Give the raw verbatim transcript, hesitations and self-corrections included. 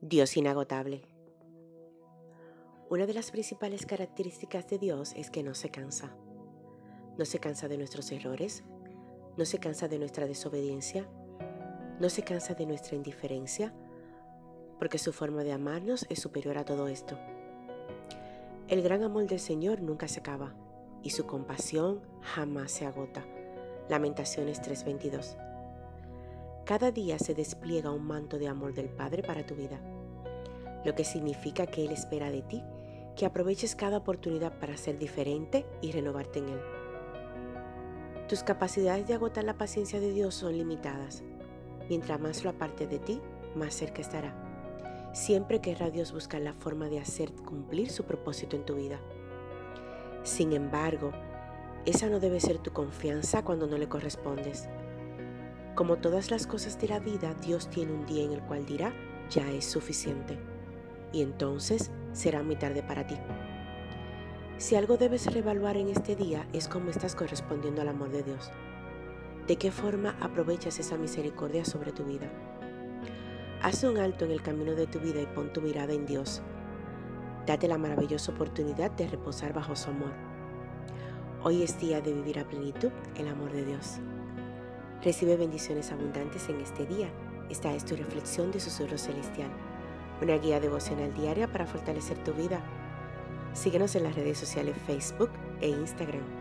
Dios inagotable. Una de las principales características de Dios es que no se cansa. No se cansa de nuestros errores, no se cansa de nuestra desobediencia, no se cansa de nuestra indiferencia, porque su forma de amarnos es superior a todo esto. El gran amor del Señor nunca se acaba y su compasión jamás se agota. Lamentaciones tres veintidós. Cada día se despliega un manto de amor del Padre para tu vida, lo que significa que Él espera de ti que aproveches cada oportunidad para ser diferente y renovarte en Él. Tus capacidades de agotar la paciencia de Dios son limitadas. Mientras más lo apartes de ti, más cerca estará. Siempre querrá Dios buscar la forma de hacer cumplir su propósito en tu vida. Sin embargo, esa no debe ser tu confianza cuando no le correspondes. Como todas las cosas de la vida, Dios tiene un día en el cual dirá, ya es suficiente. Y entonces será muy tarde para ti. Si algo debes reevaluar en este día es cómo estás correspondiendo al amor de Dios. ¿De qué forma aprovechas esa misericordia sobre tu vida? Haz un alto en el camino de tu vida y pon tu mirada en Dios. Date la maravillosa oportunidad de reposar bajo su amor. Hoy es día de vivir a plenitud el amor de Dios. Recibe bendiciones abundantes en este día. Esta es tu reflexión de Susurro Celestial, una guía devocional diaria para fortalecer tu vida. Síguenos en las redes sociales Facebook e Instagram.